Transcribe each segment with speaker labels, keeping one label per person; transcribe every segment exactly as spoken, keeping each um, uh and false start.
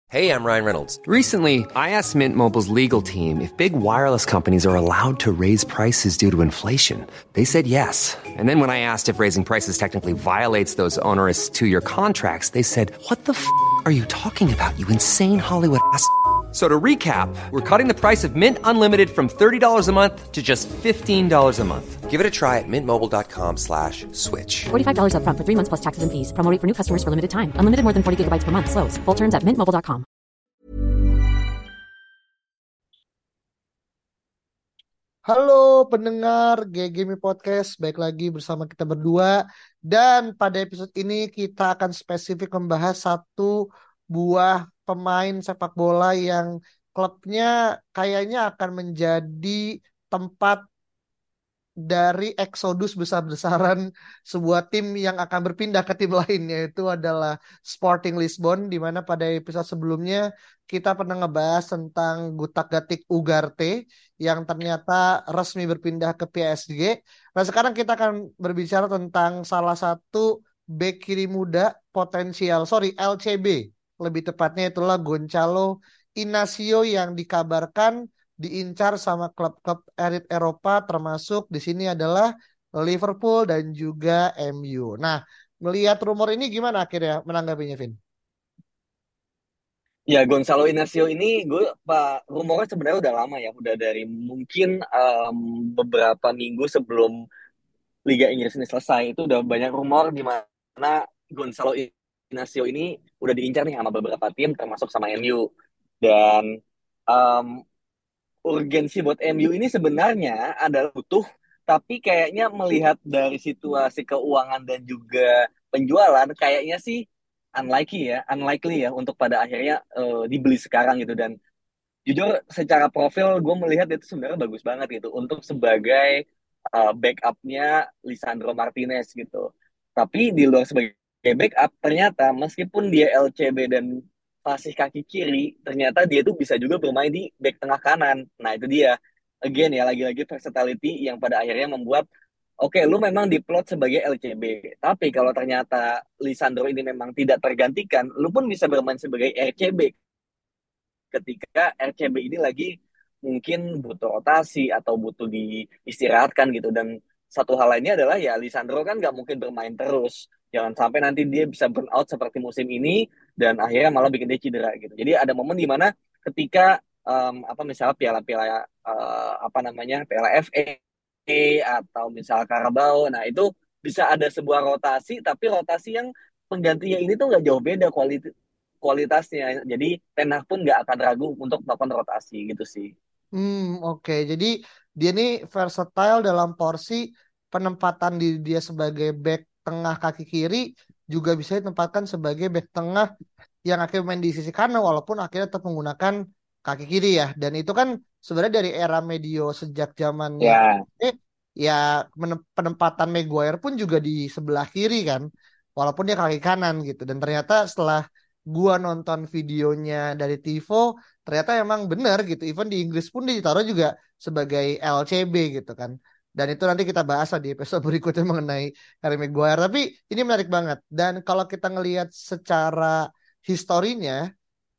Speaker 1: Hey, I'm Ryan Reynolds.
Speaker 2: Recently, I asked Mint Mobile's legal team if big wireless companies are allowed to raise prices due to inflation. They said yes. And then when I asked if raising prices technically violates those onerous two-year contracts, they said, "What the f*** are you talking about, you insane Hollywood ass?" So to recap, we're cutting the price of Mint Unlimited from thirty dollars a month to just fifteen dollars a month.
Speaker 1: Give it a try at mintmobile.com slash switch.
Speaker 3: forty-five dollars up front for three months plus taxes and fees. Promo rate for new customers for limited time. Unlimited more than forty gigabytes per month. Slows full terms at mint mobile dot com.
Speaker 4: Halo pendengar G G M Podcast, baik lagi bersama kita berdua. Dan pada episode ini kita akan spesifik membahas satu buah pemain sepak bola yang klubnya kayaknya akan menjadi tempat dari eksodus besar-besaran sebuah tim yang akan berpindah ke tim lain, yaitu adalah Sporting Lisbon, di mana pada episode sebelumnya kita pernah ngebahas tentang Gutak-Gatik Ugarte yang ternyata resmi berpindah ke P S G. Nah, sekarang kita akan berbicara tentang salah satu bek kiri muda potensial, sorry L C B lebih tepatnya, itulah Gonçalo Inacio yang dikabarkan diincar sama klub-klub elit Eropa, termasuk di sini adalah Liverpool dan juga M U. Nah, melihat rumor ini gimana akhirnya menanggapinya, Vin?
Speaker 5: Ya, Gonçalo Inacio ini gue pak rumornya sebenarnya udah lama ya, udah dari mungkin em, beberapa minggu sebelum Liga Inggris ini selesai itu udah banyak rumor di mana Gonçalo Inacio ini udah diincar nih sama beberapa tim termasuk sama M U. Dan em, urgensi buat M U ini sebenarnya adalah butuh, tapi kayaknya melihat dari situasi keuangan dan juga penjualan, kayaknya sih unlikely ya, unlikely ya untuk pada akhirnya eh, dibeli sekarang gitu. Dan jujur secara profil gue melihat itu sebenarnya bagus banget gitu untuk sebagai eh, backupnya Lisandro Martinez gitu. Tapi di luar sebagai backup, ternyata meskipun dia L C B dan fasih kaki kiri, ternyata dia tuh bisa juga bermain di back tengah kanan. Nah itu dia, again ya, lagi-lagi versatility yang pada akhirnya membuat oke, lu memang diplot sebagai L C B, tapi kalau ternyata Lisandro ini memang tidak tergantikan, lu pun bisa bermain sebagai R C B ketika R C B ini lagi mungkin butuh rotasi atau butuh diistirahatkan gitu. Dan satu hal lainnya adalah ya Lisandro kan nggak mungkin bermain terus. Jangan sampai nanti dia bisa burn out seperti musim ini dan akhirnya malah bikin dia cedera gitu. Jadi ada momen di mana ketika um, apa misalnya piala-piala uh, apa namanya piala F A atau misal Carabao, nah itu bisa ada sebuah rotasi, tapi rotasi yang penggantinya ini tuh nggak jauh beda kualitas kualitasnya. Jadi Ten Hag pun nggak akan ragu untuk melakukan rotasi gitu sih.
Speaker 4: Hmm, oke. Jadi dia ini versatile dalam porsi penempatan di dia sebagai back tengah kaki kiri, juga bisa ditempatkan sebagai back tengah yang akhirnya main di sisi kanan walaupun akhirnya tetap menggunakan kaki kiri ya. Dan itu kan sebenarnya dari era medio sejak zamannya
Speaker 5: Ya,
Speaker 4: eh ya menem- penempatan Maguire pun juga di sebelah kiri kan. Walaupun dia kaki kanan gitu. Dan ternyata setelah gua nonton videonya dari Tivo, ternyata emang benar gitu. Even di Inggris pun ditaruh juga sebagai L C B gitu kan. Dan itu nanti kita bahas lah di episode berikutnya mengenai Harry Maguire. Tapi ini menarik banget. Dan kalau kita ngelihat secara historinya,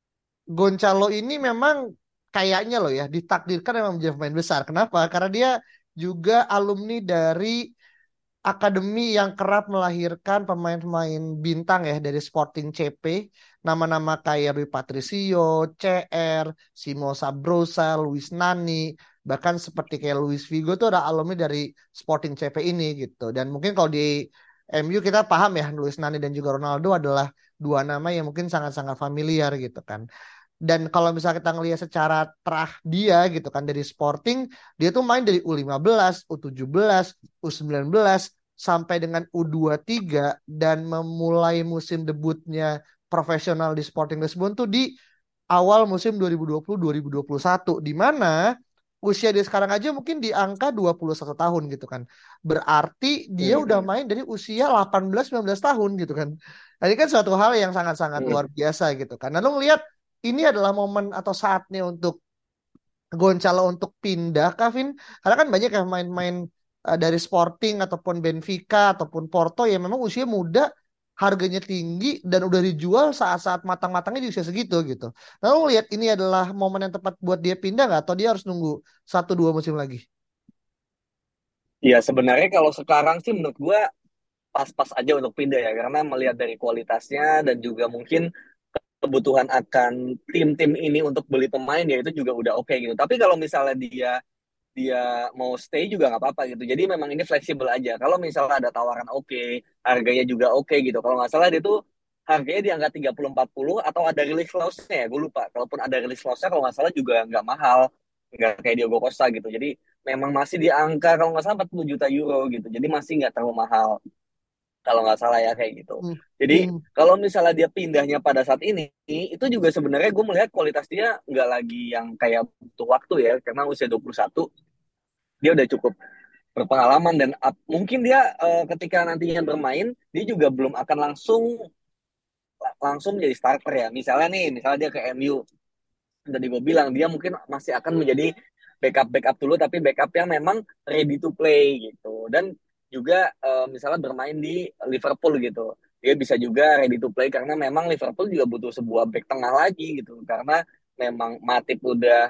Speaker 4: Gonçalo ini memang kayaknya loh ya ditakdirkan memang menjadi pemain besar. Kenapa? Karena dia juga alumni dari akademi yang kerap melahirkan pemain-pemain bintang ya dari Sporting C P. Nama-nama kayak Rui Patricio, C R, Simo Sabrosa, Luis Nani, bahkan seperti kayak Luis Figo tuh ada alumni dari Sporting C P ini gitu. Dan mungkin kalau di M U kita paham ya Luis Nani dan juga Ronaldo adalah dua nama yang mungkin sangat-sangat familiar gitu kan. Dan kalau misalnya kita ngelihat secara terah dia gitu kan dari Sporting, dia tuh main dari U lima belas, U tujuh belas, U sembilan belas sampai dengan U dua puluh tiga dan memulai musim debutnya profesional di Sporting Lisbon tuh di awal musim dua ribu dua puluh dua ribu dua puluh satu, di mana usia dia sekarang aja mungkin di angka dua puluh satu tahun gitu kan. Berarti dia udah
Speaker 5: hmm,
Speaker 4: main dari usia delapan belas sembilan belas tahun gitu kan. Nah, ini kan suatu hal yang sangat-sangat luar
Speaker 5: hmm.
Speaker 4: biasa gitu kan. Nah, lu ngelihat ini adalah momen atau saatnya untuk Gonçalo untuk pindah, Kevin. Karena kan banyak yang main-main eh, dari Sporting ataupun Benfica ataupun Porto yang memang usia muda harganya tinggi dan udah dijual saat-saat matang-matangnya di usia segitu gitu. Lalu lihat ini adalah momen yang tepat buat dia pindah nggak atau dia harus nunggu satu dua musim lagi?
Speaker 5: Ya sebenarnya kalau sekarang sih menurut gue pas-pas aja untuk pindah ya, karena melihat dari kualitasnya dan juga mungkin kebutuhan akan tim-tim ini untuk beli pemain ya itu juga udah oke gitu. Tapi kalau misalnya dia dia mau stay juga nggak apa-apa gitu. Jadi memang ini fleksibel aja. Kalau misalnya ada tawaran oke, harganya juga oke gitu. Kalau nggak salah dia tuh harganya di angka tiga puluh empat puluh atau ada release clause-nya ya, gue lupa. Kalaupun ada release clause-nya kalau nggak salah juga nggak mahal. Nggak kayak Diogo Costa gitu. Jadi memang masih di angka kalau nggak salah empat puluh juta euro gitu. Jadi masih nggak terlalu mahal kalau nggak salah ya kayak gitu.
Speaker 4: Hmm.
Speaker 5: Jadi
Speaker 4: Hmm.
Speaker 5: kalau misalnya dia pindahnya pada saat ini, itu juga sebenarnya gue melihat kualitas dia nggak lagi yang kayak butuh waktu ya, karena usia dua puluh satu dia udah cukup berpengalaman dan up- mungkin dia eh, ketika nantinya bermain dia juga belum akan langsung langsung jadi starter ya. Misalnya nih, misalnya dia ke M U, tadi gue bilang dia mungkin masih akan menjadi backup backup dulu tapi backup yang memang ready to play gitu dan juga uh, misalnya bermain di Liverpool gitu dia bisa juga ready to play karena memang Liverpool juga butuh sebuah back tengah lagi gitu karena memang Matip udah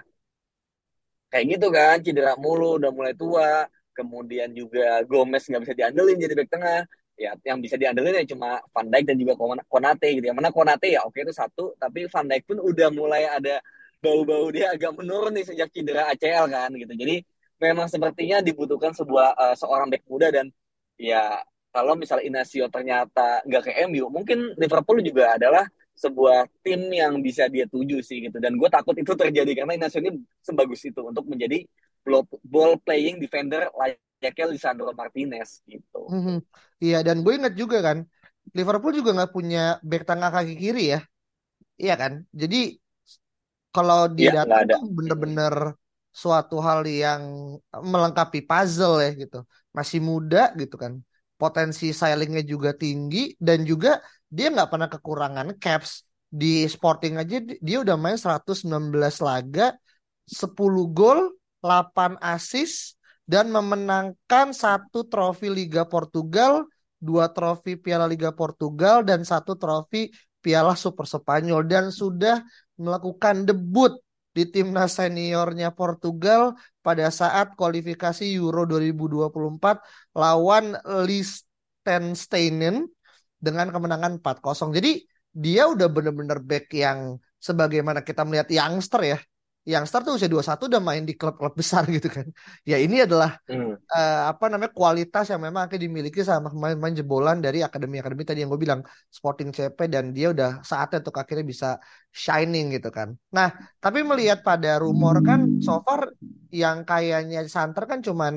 Speaker 5: kayak gitu kan cedera mulu udah mulai tua kemudian juga Gomez nggak bisa diandelin jadi back tengah ya yang bisa diandelin ya cuma Van Dijk dan juga Konate gitu yang mana Konate ya oke itu satu tapi Van Dijk pun udah mulai ada bau-bau dia agak menurun nih sejak cedera A C L kan gitu jadi memang sepertinya dibutuhkan sebuah uh, seorang back muda dan ya kalau misalnya Inacio ternyata nggak ke M U mungkin Liverpool juga adalah sebuah tim yang bisa dia tuju sih gitu dan gue takut itu terjadi karena Inacio ini sebagus itu untuk menjadi ball playing defender layaknya Lisandro Martinez gitu.
Speaker 4: Mhm. Iya dan gue ingat juga kan Liverpool juga nggak punya back tengah kaki kiri ya, iya kan? Jadi kalau dia
Speaker 5: Iya nggak
Speaker 4: datang
Speaker 5: ada.
Speaker 4: tuh bener-bener suatu hal yang melengkapi puzzle ya gitu. Masih muda gitu kan. Potensi sailingnya juga tinggi dan juga dia nggak pernah kekurangan caps. Di Sporting aja di- dia udah main seratus sembilan belas laga, sepuluh gol, delapan assist dan memenangkan satu trofi Liga Portugal, dua trofi Piala Liga Portugal dan satu trofi Piala Super Spanyol dan sudah melakukan debut di timnas seniornya Portugal pada saat kualifikasi Euro dua ribu dua puluh empat lawan Liechtenstein dengan kemenangan empat kosong. Jadi dia udah bener-bener back yang sebagaimana kita melihat youngster ya. Youngster tuh usia dua puluh satu udah main di klub-klub besar gitu kan. Ya ini adalah
Speaker 5: Hmm.
Speaker 4: eh, apa namanya kualitas yang memang akan dimiliki sama pemain-pemain jebolan dari akademi-akademi tadi yang gue bilang Sporting C P dan dia udah saatnya untuk akhirnya bisa shining gitu kan. Nah, tapi melihat pada rumor kan so far yang kayaknya santer kan cuman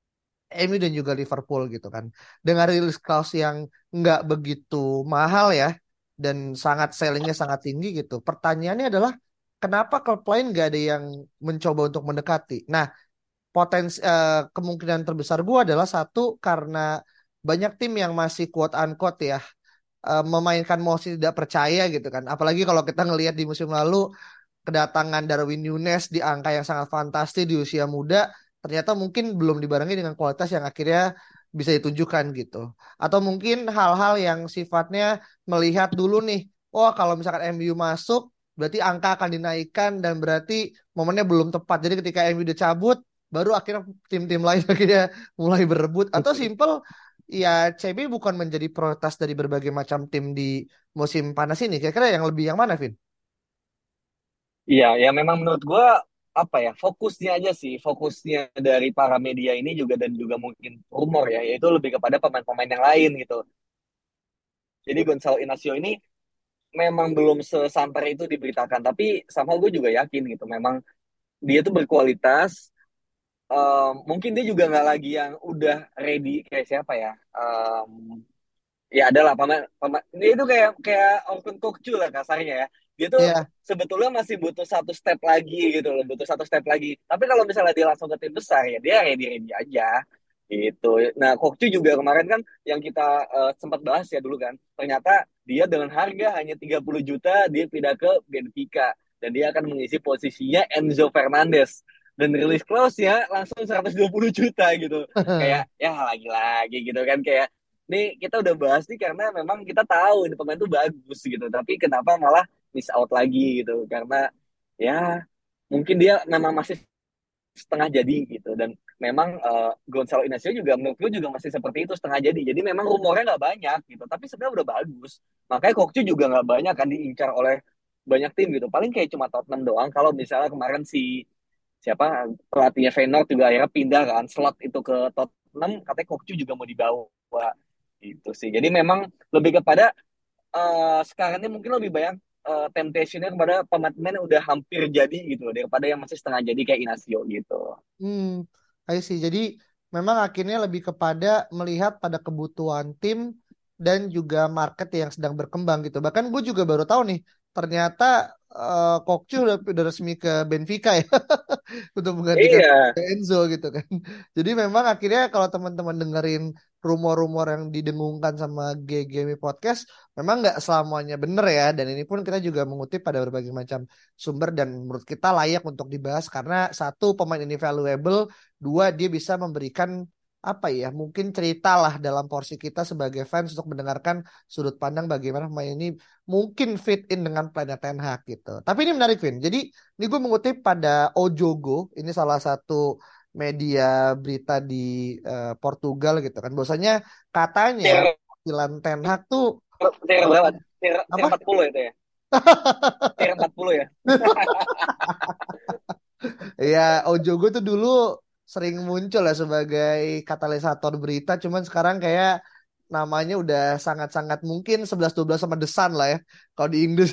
Speaker 4: M U dan juga Liverpool gitu kan. Dengan rilis clause yang nggak begitu mahal ya dan sangat sellingnya sangat tinggi gitu. Pertanyaannya adalah kenapa klub lain nggak ada yang mencoba untuk mendekati? Nah, potensi eh, kemungkinan terbesar gue adalah satu karena banyak tim yang masih quote unquote ya eh, memainkan mosi tidak percaya gitu kan. Apalagi kalau kita ngelihat di musim lalu kedatangan Darwin Nunes di angka yang sangat fantastis di usia muda ternyata mungkin belum dibarengi dengan kualitas yang akhirnya bisa ditunjukkan gitu. Atau mungkin hal-hal yang sifatnya melihat dulu nih, oh kalau misalkan M U masuk berarti angka akan dinaikkan dan berarti momennya belum tepat. Jadi ketika M U udah cabut baru akhirnya tim-tim lain akhirnya mulai berebut atau simple ya C B bukan menjadi prioritas dari berbagai macam tim di musim panas ini. Kira-kira yang lebih yang mana, Vin?
Speaker 5: Iya, ya memang menurut gue apa ya fokusnya aja sih fokusnya dari para media ini juga dan juga mungkin rumor ya yaitu lebih kepada pemain-pemain yang lain gitu. Jadi Gonzalo Inacio ini memang belum sesampai itu diberitakan tapi sama gue juga yakin gitu memang dia tuh berkualitas. Um, mungkin dia juga nggak lagi yang udah ready kayak siapa ya. Um, ya adalah paman paman dia itu kayak kayak Orkun Kokcu lah kasarnya ya dia tuh
Speaker 4: Ya.
Speaker 5: sebetulnya masih butuh satu step lagi gitu loh butuh satu step lagi tapi kalau misalnya dia langsung ke tim besar ya dia ready ready aja gitu nah Kokcu juga kemarin kan yang kita uh, sempat bahas ya dulu kan ternyata dia dengan harga hanya tiga puluh juta dia pindah ke Benfica dan dia akan mengisi posisinya Enzo Fernandez dan release clause-nya langsung seratus dua puluh juta gitu kayak ya lagi-lagi gitu kan kayak nih kita udah bahas nih karena memang kita tahu ini pemain tuh bagus gitu, tapi kenapa malah miss out lagi gitu? Karena ya mungkin dia memang masih setengah jadi gitu, dan memang uh, Gonzalo Inacio juga menurut gue juga masih seperti itu, setengah jadi. Jadi memang rumornya nggak banyak gitu, tapi sebenarnya udah bagus. Makanya Kokcu juga nggak banyak kan diincar oleh banyak tim gitu. Paling kayak cuma Tottenham doang. Kalau misalnya kemarin si siapa pelatihnya Feyenoord juga akhirnya pindah kan slot itu ke Tottenham, katanya Kokcu juga mau dibawa gitu sih. Jadi memang lebih kepada eh, sekarang ini mungkin lebih banyak eh, temptationnya kepada pemain-pemain yang udah hampir jadi gitu loh, daripada yang masih setengah jadi kayak Inacio gitu.
Speaker 4: Hmm, I see. Jadi memang akhirnya lebih kepada melihat pada kebutuhan tim dan juga market yang sedang berkembang gitu. Bahkan gue juga baru tahu nih, ternyata uh, Kokcu udah, udah resmi ke Benfica ya untuk menggantikan
Speaker 5: Iya.
Speaker 4: Enzo gitu kan. Jadi memang akhirnya kalau teman-teman dengerin rumor-rumor yang didengungkan sama G G M Podcast, memang nggak selamanya benar ya. Dan ini pun kita juga mengutip pada berbagai macam sumber dan menurut kita layak untuk dibahas karena satu, pemain ini valuable, dua, dia bisa memberikan apa ya, mungkin cerita lah dalam porsi kita sebagai fans untuk mendengarkan sudut pandang bagaimana pemain ini mungkin fit in dengan Planet Ten Hag gitu. Tapi ini menarik, Vin. Jadi ini gue mengutip pada Ojogo, ini salah satu media berita di eh, Portugal gitu kan. Bahwasanya katanya
Speaker 5: Tier,
Speaker 4: Milan Ten Hag tuh
Speaker 5: tier
Speaker 4: eh,
Speaker 5: berapa? Tier, tier
Speaker 4: apa?
Speaker 5: empat puluh itu ya? Tier empat puluh ya?
Speaker 4: Ya, Ojogo tuh dulu sering muncul ya sebagai katalisator berita, cuman sekarang kayak namanya udah sangat-sangat mungkin sebelas dua belas sama The Sun lah ya kalau di Inggris.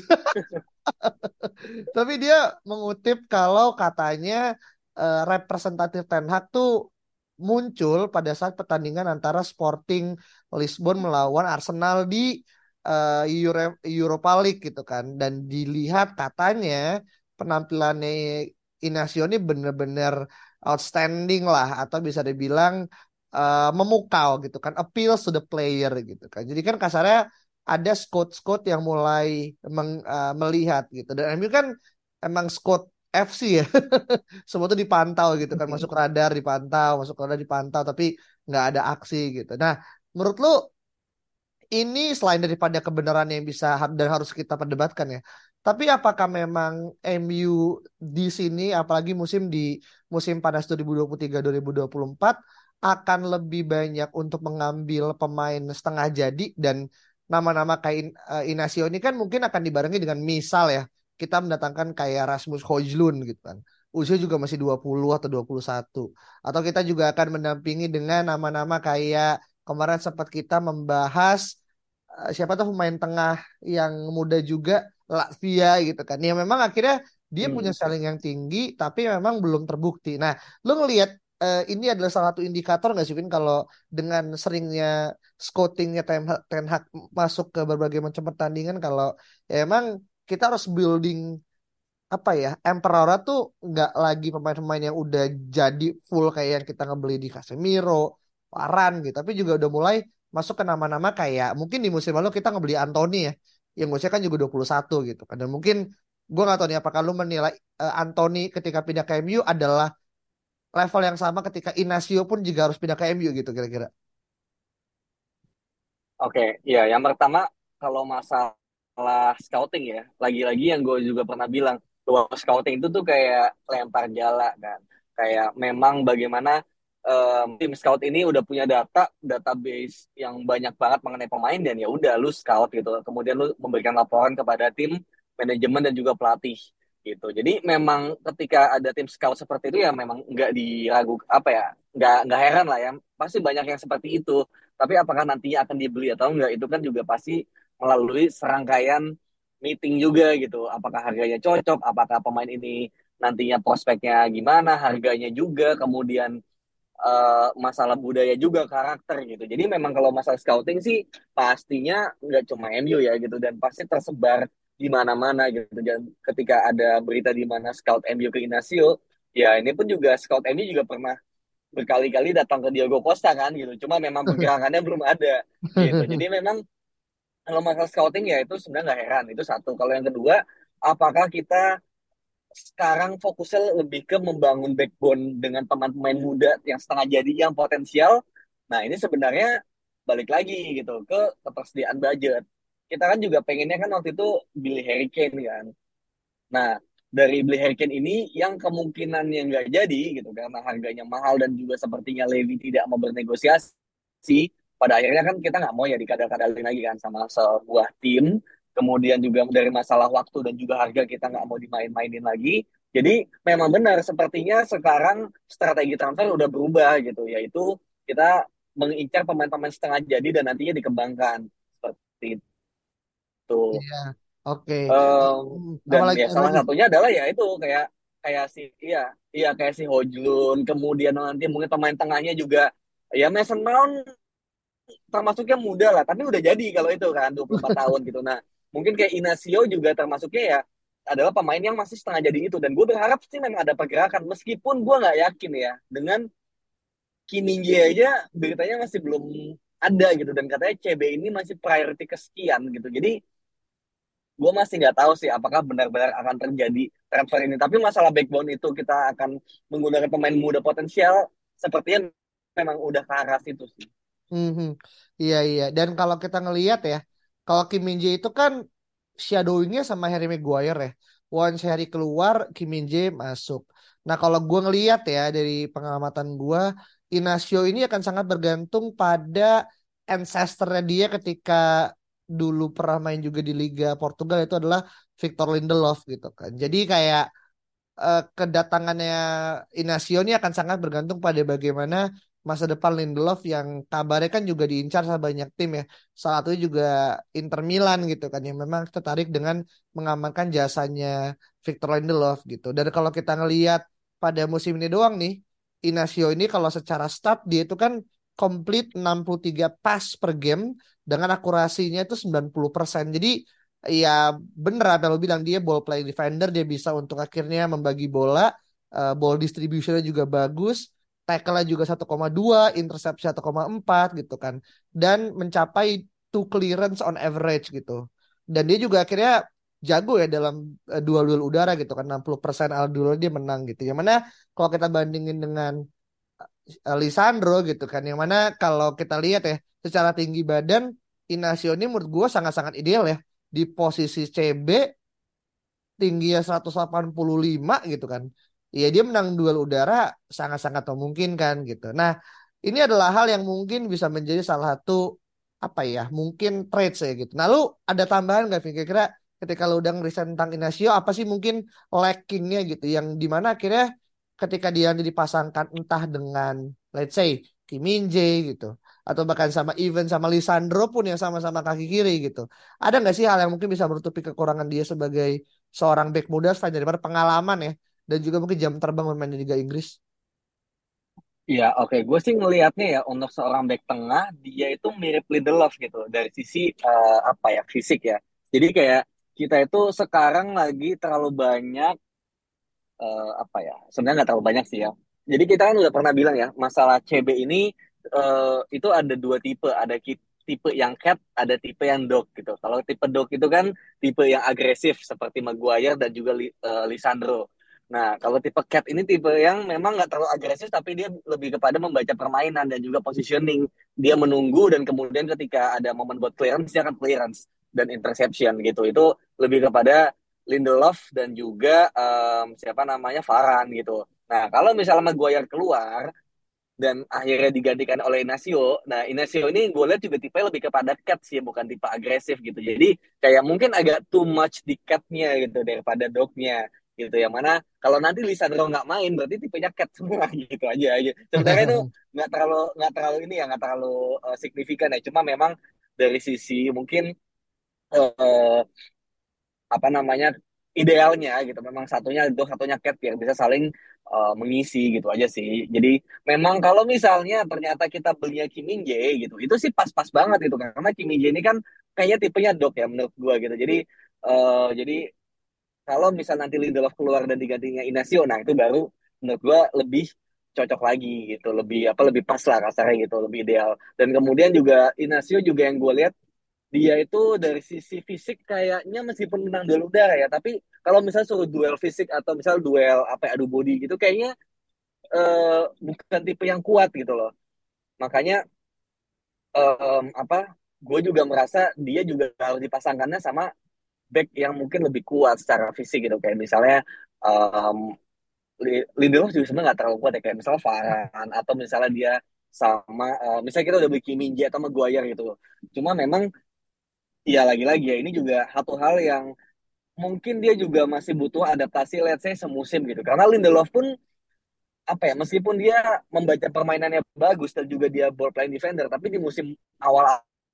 Speaker 4: Tapi dia mengutip kalau katanya eh, representatif Ten Hag tuh muncul pada saat pertandingan antara Sporting Lisbon melawan Arsenal di eh, Euro- Europa League gitu kan. Dan dilihat katanya penampilannya Inacio ini bener-bener outstanding lah atau bisa dibilang eh, memukau gitu kan, appeals to the player gitu kan. Jadi kan kasarnya ada scout-scout yang mulai meng- eh, melihat gitu. Dan M U kan emang scout F C ya. Semua tuh dipantau gitu kan, masuk radar dipantau, masuk radar dipantau, tapi nggak ada aksi gitu. Nah, menurut lu ini selain daripada kebenaran yang bisa dan harus kita perdebatkan ya. Tapi apakah memang M U di sini, apalagi musim di musim panas dua ribu dua puluh tiga-dua ribu dua puluh empat akan lebih banyak untuk mengambil pemain setengah jadi dan nama-nama kayak In- eh, Inacio ini kan mungkin akan dibarengi dengan misal ya kita mendatangkan kayak Rasmus Højlund gitu kan. Usia juga masih dua puluh atau dua puluh satu. Atau kita juga akan mendampingi dengan nama-nama kayak kemarin sempat kita membahas eh, siapa tuh pemain tengah yang muda juga Latvia gitu kan. Ya memang akhirnya dia punya
Speaker 5: Hmm.
Speaker 4: ceiling yang tinggi tapi memang belum terbukti. Nah, lu ngelihat eh, ini adalah salah satu indikator nggak sih Vin kalau dengan seringnya scoutingnya Ten Hag, Ten Hag masuk ke berbagai macam pertandingan kalau ya emang kita harus building apa ya Emperor tuh nggak lagi pemain-pemain yang udah jadi full kayak yang kita ngebeli di Casemiro, Varane gitu, tapi juga udah mulai masuk ke nama-nama kayak mungkin di musim lalu kita ngebeli Anthony ya, yang usia kan juga dua puluh satu gitu kan, dan mungkin gue nggak tahu nih apakah lu menilai eh, Anthony ketika pindah ke M U adalah level yang sama ketika Inacio pun juga harus pindah ke M U gitu kira-kira.
Speaker 5: Oke, ya yang pertama kalau masalah scouting ya, lagi-lagi yang gue juga pernah bilang bahwa scouting itu tuh kayak lempar jala kan. Kayak memang bagaimana em, tim scout ini udah punya data, database yang banyak banget mengenai pemain, dan ya udah lu scout gitu. Kemudian lu memberikan laporan kepada tim manajemen dan juga pelatih gitu. Jadi memang ketika ada tim scout seperti itu ya memang nggak diragukan apa ya, nggak nggak heran lah ya. Pasti banyak yang seperti itu, tapi apakah nantinya akan dibeli atau enggak itu kan juga pasti melalui serangkaian meeting juga gitu. Apakah harganya cocok, apakah pemain ini nantinya prospeknya gimana, harganya juga, kemudian eh, masalah budaya juga, karakter gitu. Jadi memang kalau masalah scouting sih pastinya nggak cuma M U ya gitu, dan pasti tersebar di mana-mana gitu. Dan ketika ada berita di mana scout M U ke Inacio, ya ini pun juga scout M U juga pernah berkali-kali datang ke Diogo Costa kan gitu. Cuma memang pergerakannya belum ada gitu. Jadi memang kalau masalah scouting ya itu sebenarnya nggak heran. Itu satu. Kalau yang kedua, apakah kita sekarang fokusnya lebih ke membangun backbone dengan pemain-pemain muda yang setengah jadi yang potensial? Nah ini sebenarnya balik lagi gitu ke ketersediaan budget. Kita kan juga pengennya kan waktu itu Billy Harry Kane kan. Nah, dari beli Harry ini yang kemungkinannya nggak jadi gitu karena harganya mahal dan juga sepertinya Levy tidak mau bernegosiasi. Pada akhirnya kan kita nggak mau ya dikadal-kadalin lagi kan sama sebuah tim. Kemudian juga dari masalah waktu dan juga harga kita nggak mau dimain-mainin lagi. Jadi memang benar sepertinya sekarang strategi transfer udah berubah gitu, yaitu kita mengincar pemain-pemain setengah jadi dan nantinya dikembangkan seperti itu.
Speaker 4: Iya, oke.
Speaker 5: Em,
Speaker 4: Hmm, apa
Speaker 5: dan
Speaker 4: lagi?
Speaker 5: ya
Speaker 4: Ada
Speaker 5: salah
Speaker 4: lagi?
Speaker 5: satunya adalah ya itu kayak kayak si iya iya kayak si Hojlund, kemudian nanti mungkin pemain tengahnya juga ya Mason Mount termasuknya muda lah tapi udah jadi kalau itu kan dua puluh empat tahun gitu. Nah mungkin kayak Inacio juga termasuknya ya adalah pemain yang masih setengah jadi itu, dan gue berharap sih memang ada pergerakan meskipun gue nggak yakin ya dengan Kim Min Jae aja beritanya masih belum ada gitu, dan katanya C B ini masih priority kesekian gitu. Jadi gue masih nggak tahu sih apakah benar-benar akan terjadi transfer ini. Tapi masalah backbone itu kita akan menggunakan pemain muda potensial, sepertinya memang udah ke arah situ sih.
Speaker 4: Mhm. Iya iya. Dan kalau kita ngelihat ya, kalau Kim Min Jae itu kan shadowingnya sama Harry Maguire ya. Once Harry keluar, Kim Min Jae masuk. Nah kalau gue ngelihat ya dari pengamatan gue, Inacio ini akan sangat bergantung pada ancestornya dia ketika dulu pernah main juga di Liga Portugal, itu adalah Victor Lindelof gitu kan. Jadi kayak eh, kedatangannya Inacio ini akan sangat bergantung pada bagaimana masa depan Lindelof yang kabarnya kan juga diincar sama banyak tim ya. Salah satunya juga Inter Milan gitu kan yang memang tertarik dengan mengamankan jasanya Victor Lindelof gitu. Dan kalau kita ngelihat pada musim ini doang nih, Inacio ini kalau secara stat dia itu kan komplit enam puluh tiga pass per game dengan akurasinya itu sembilan puluh persen. Jadi ya bener apa yang lo bilang, dia ball playing defender, dia bisa untuk akhirnya membagi bola, eh, ball distributionnya juga bagus, tackle-nya juga satu koma dua, interception satu koma empat gitu kan, dan mencapai two clearance on average gitu. Dan dia juga akhirnya jago ya dalam eh, duel-duel udara gitu kan, enam puluh persen al duel dia menang gitu. Yang mana kalau kita bandingin dengan eh, Lisandro gitu kan, yang mana kalau kita lihat ya secara tinggi badan Inacio ini menurut gue sangat-sangat ideal ya di posisi C B, tingginya seratus delapan puluh lima gitu kan. Ya dia menang duel udara sangat-sangat memungkinkan gitu. Nah, ini adalah hal yang mungkin bisa menjadi salah satu apa ya, mungkin trade saya gitu. Nah, lu ada tambahan nggak Vin? Kira-kira ketika lu udah ngeriset tentang Inacio, apa sih mungkin lackingnya gitu yang dimana akhirnya ketika dia nanti dipasangkan entah dengan let's say Kim Min Jae gitu, atau bahkan sama even sama Lisandro pun yang sama-sama kaki kiri gitu. Ada nggak sih hal yang mungkin bisa menutupi kekurangan dia sebagai seorang back muda selain daripada pengalaman ya, dan juga mungkin jam terbang bermain di Liga Inggris?
Speaker 5: Iya, oke. Gue sih ngelihatnya ya untuk seorang back tengah, dia itu mirip Lindelof gitu dari sisi eh, apa ya fisik ya. Jadi kayak kita itu sekarang lagi terlalu banyak eh, apa ya? Sebenarnya nggak terlalu banyak sih ya. Jadi kita kan udah pernah bilang ya masalah C B ini eh, itu ada dua tipe, ada ki- tipe yang cat, ada tipe yang dog gitu. Kalau tipe dog itu kan tipe yang agresif seperti Maguire dan juga Li- eh, Lisandro. Nah, kalau tipe cat ini tipe yang memang nggak terlalu agresif, tapi dia lebih kepada membaca permainan dan juga positioning. Dia menunggu dan kemudian ketika ada momen buat clearance, dia akan clearance dan interception gitu. Itu lebih kepada Lindelof dan juga em, siapa namanya Varane gitu. Nah, kalau misalnya Maguire keluar dan akhirnya digantikan oleh Inacio, nah Inacio ini gue lihat juga tipe lebih kepada cat sih, bukan tipe agresif gitu. Jadi kayak mungkin agak too much di catnya gitu daripada dognya gitu. Yang mana kalau nanti Lisandro nggak main berarti tipenya cat semua gitu aja aja. Sebenarnya itu nggak terlalu nggak terlalu ini ya nggak terlalu uh, signifikan ya. Cuma memang dari sisi mungkin uh, apa namanya idealnya gitu memang satunya dog satunya cat yang bisa saling uh, mengisi gitu aja sih. Jadi memang kalau misalnya ternyata kita belinya Kim Min Jae gitu itu sih pas-pas banget itu karena Kim Min Jae ini kan kayaknya tipenya dog ya menurut gua gitu. Jadi uh, jadi kalau misal nanti Lindelof keluar dan digantinya Inacio, nah itu baru menurut gua lebih cocok lagi gitu, lebih apa lebih pas lah kasarnya gitu, lebih ideal. Dan kemudian juga Inacio juga yang gue lihat dia itu dari sisi fisik kayaknya meskipun menang duel udara ya, tapi kalau misalnya suruh duel fisik atau misal duel apa ya, adu body gitu kayaknya eh, bukan tipe yang kuat gitu loh. Makanya em, apa gue juga merasa dia juga harus dipasangkannya sama back yang mungkin lebih kuat secara fisik gitu kayak misalnya em, Li- Lindelof juga sebenarnya nggak terlalu kuat ya kayak misalnya Varane atau misalnya dia sama eh, misalnya kita udah beli Kim Min Jae atau Maguire gitu. Cuma memang ya lagi-lagi ya ini juga satu hal yang mungkin dia juga masih butuh adaptasi let's say semusim gitu. Karena Lindelof pun apa ya meskipun dia membaca permainannya bagus dan juga dia ball playing defender tapi di musim awal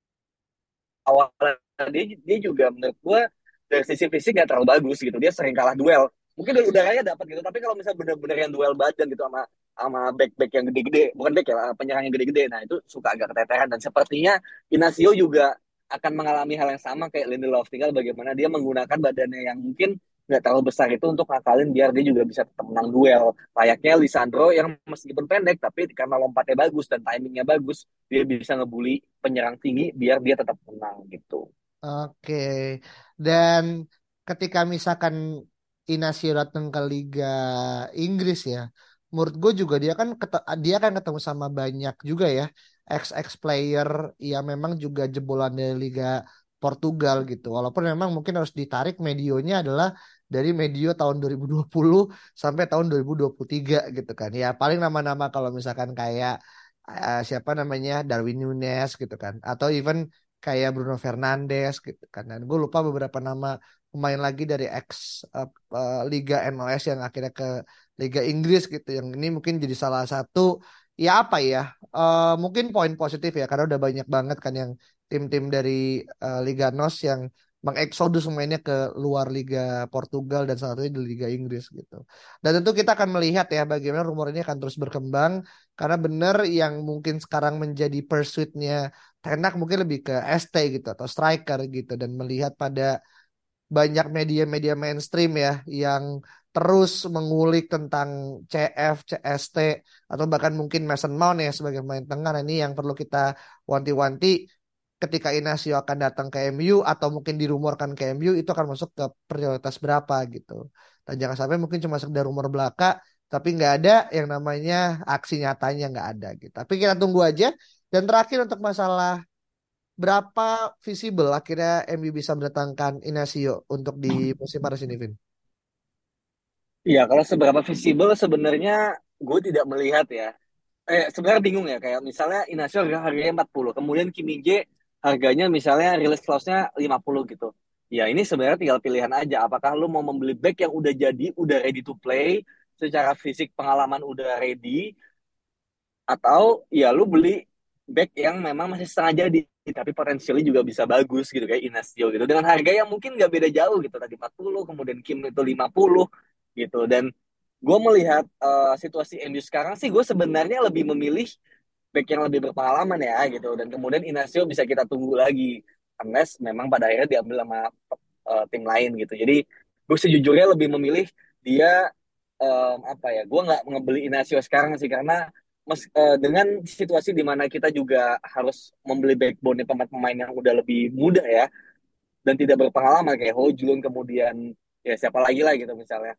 Speaker 5: awalnya dia dia juga menurut gue dari sisi fisik gak terlalu bagus gitu dia sering kalah duel mungkin dari udaranya dapat gitu tapi kalau misalnya bener-bener yang duel badan gitu sama sama back-back yang gede-gede bukan back ya penyerang yang gede-gede nah itu suka agak keteteran dan sepertinya Inacio juga akan mengalami hal yang sama kayak Lindelof tinggal bagaimana dia menggunakan badannya yang mungkin nggak terlalu besar itu untuk ngakalin biar dia juga bisa tetap menang duel layaknya Lisandro yang meskipun pendek tapi karena lompatnya bagus dan timingnya bagus dia bisa ngebully penyerang tinggi biar dia tetap menang gitu.
Speaker 4: Oke. Dan ketika misalkan Inacio datang ke Liga Inggris ya, menurut gue juga dia kan ket- dia kan ketemu sama banyak juga ya ex-ex player yang memang juga jebolan dari Liga Portugal gitu. Walaupun memang mungkin harus ditarik medionya adalah dari medio tahun dua ribu dua puluh sampai tahun dua ribu dua puluh tiga gitu kan. Ya paling nama-nama kalau misalkan kayak eh, siapa namanya Darwin Núñez gitu kan atau even kayak Bruno Fernandes gitu kan. Dan gue lupa beberapa nama pemain lagi dari ex eh, eh, Liga N O S yang akhirnya ke Liga Inggris gitu. Yang ini mungkin jadi salah satu ya apa ya? eh, mungkin poin positif ya karena udah banyak banget kan yang tim-tim dari eh, Liga N O S yang mengeksodus mainnya ke luar Liga Portugal dan salah satunya di Liga Inggris gitu. Dan tentu kita akan melihat ya bagaimana rumor ini akan terus berkembang karena benar yang mungkin sekarang menjadi pursuitnya Ten Hag mungkin lebih ke S T gitu atau striker gitu dan melihat pada banyak media-media mainstream ya yang terus mengulik tentang C F, C S T atau bahkan mungkin Mason Mount ya sebagai pemain tengah. Nah, ini yang perlu kita wanti-wanti ketika Inacio akan datang ke M U atau mungkin dirumorkan ke M U itu akan masuk ke prioritas berapa gitu. Dan jangan sampai mungkin cuma sekedar rumor belaka tapi nggak ada yang namanya aksi nyatanya nggak ada gitu. Tapi kita tunggu aja. Dan terakhir untuk masalah berapa visible akhirnya M U bisa mendatangkan Inacio untuk di musim panas ini, Vin?
Speaker 5: Iya, kalau seberapa visible sebenarnya gue tidak melihat ya. Eh, sebenarnya bingung ya, kayak misalnya Inacio harga- harganya empat puluh, kemudian Kim Min-jae harganya misalnya release clause-nya lima puluh gitu. Ya ini sebenarnya tinggal pilihan aja, apakah lu mau membeli back yang udah jadi, udah ready to play, secara fisik pengalaman udah ready, atau ya lu beli back yang memang masih setengah jadi tapi potensialnya juga bisa bagus gitu kayak Inacio gitu dengan harga yang mungkin nggak beda jauh gitu tadi empat puluh kemudian Kim itu lima puluh gitu dan gue melihat uh, situasi M U sekarang sih gue sebenarnya lebih memilih back yang lebih berpengalaman ya gitu dan kemudian Inacio bisa kita tunggu lagi unless memang pada akhirnya diambil sama uh, tim lain gitu jadi gue sejujurnya lebih memilih dia um, apa ya gue nggak ngebeli Inacio sekarang sih karena Mas, uh, dengan situasi di mana kita juga harus membeli backbone pemain-pemain yang udah lebih muda ya dan tidak berpengalaman kayak Hojlund kemudian ya siapa lagi lah gitu misalnya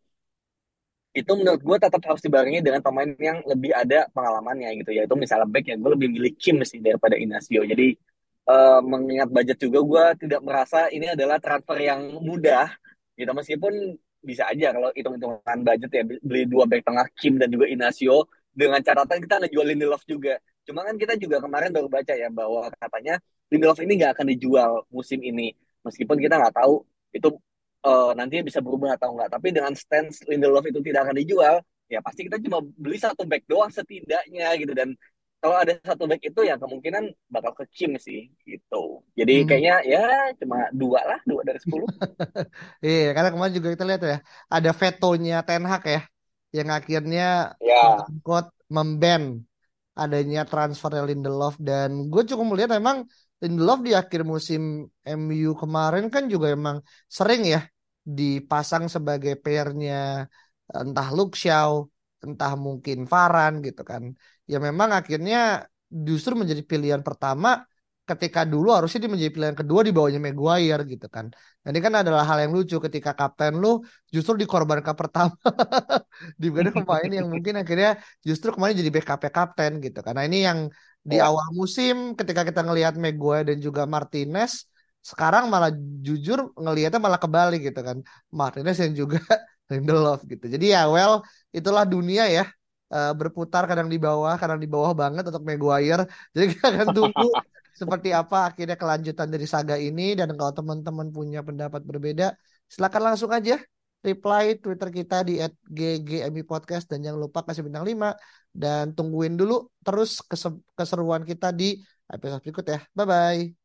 Speaker 5: itu menurut gue tetap harus dibarengi dengan pemain yang lebih ada pengalamannya gitu yaitu misalnya back yang gue lebih milih Kim sih daripada Inacio jadi uh, mengingat budget juga gue tidak merasa ini adalah transfer yang mudah gitu meskipun bisa aja kalau hitung-hitungan budget ya beli dua back tengah Kim dan juga Inacio dengan catatan kita ngejual Lindelof juga cuma kan kita juga kemarin baru baca ya bahwa katanya Lindelof ini nggak akan dijual musim ini meskipun kita nggak tahu itu uh, nantinya bisa berubah atau enggak. Tapi dengan stance Lindelof itu tidak akan dijual, ya pasti kita cuma beli satu back doang setidaknya gitu. Dan kalau ada satu back itu ya kemungkinan bakal ke Kim sih gitu. Jadi
Speaker 4: Hmm.
Speaker 5: kayaknya ya cuma dua lah, dua dari sepuluh.
Speaker 4: Iya, karena kemarin juga kita lihat ya, ada vetonya Ten Hag ya, yang akhirnya
Speaker 5: Ya,
Speaker 4: quote memban adanya transfer Lindelof dan gue cukup melihat memang Lindelof di akhir musim M U kemarin kan juga emang sering ya dipasang sebagai pairnya entah Luke Shaw, entah mungkin Varane gitu kan. Ya memang akhirnya justru menjadi pilihan pertama ketika dulu harusnya dia menjadi pilihan kedua di bawahnya Maguire gitu kan. Nah, ini kan adalah hal yang lucu ketika kapten lu justru dikorbankan pertama dibanding pemain yang mungkin akhirnya justru kemarin jadi backup kapten gitu. Karena ini yang di
Speaker 5: Ya.
Speaker 4: awal musim ketika kita ngelihat Maguire dan juga Martinez, sekarang malah jujur ngelihatnya malah kebalik gitu kan. Martinez yang juga Lindelof gitu. Jadi ya well, itulah dunia ya. Eh, berputar kadang di bawah, kadang di bawah banget untuk Maguire. Jadi kita akan tunggu seperti apa akhirnya kelanjutan dari saga ini. Dan kalau teman-teman punya pendapat berbeda, silakan langsung aja reply Twitter kita di at g g m i podcast dan jangan lupa kasih bintang lima dan tungguin dulu terus kese- keseruan kita di episode berikut ya. Bye bye.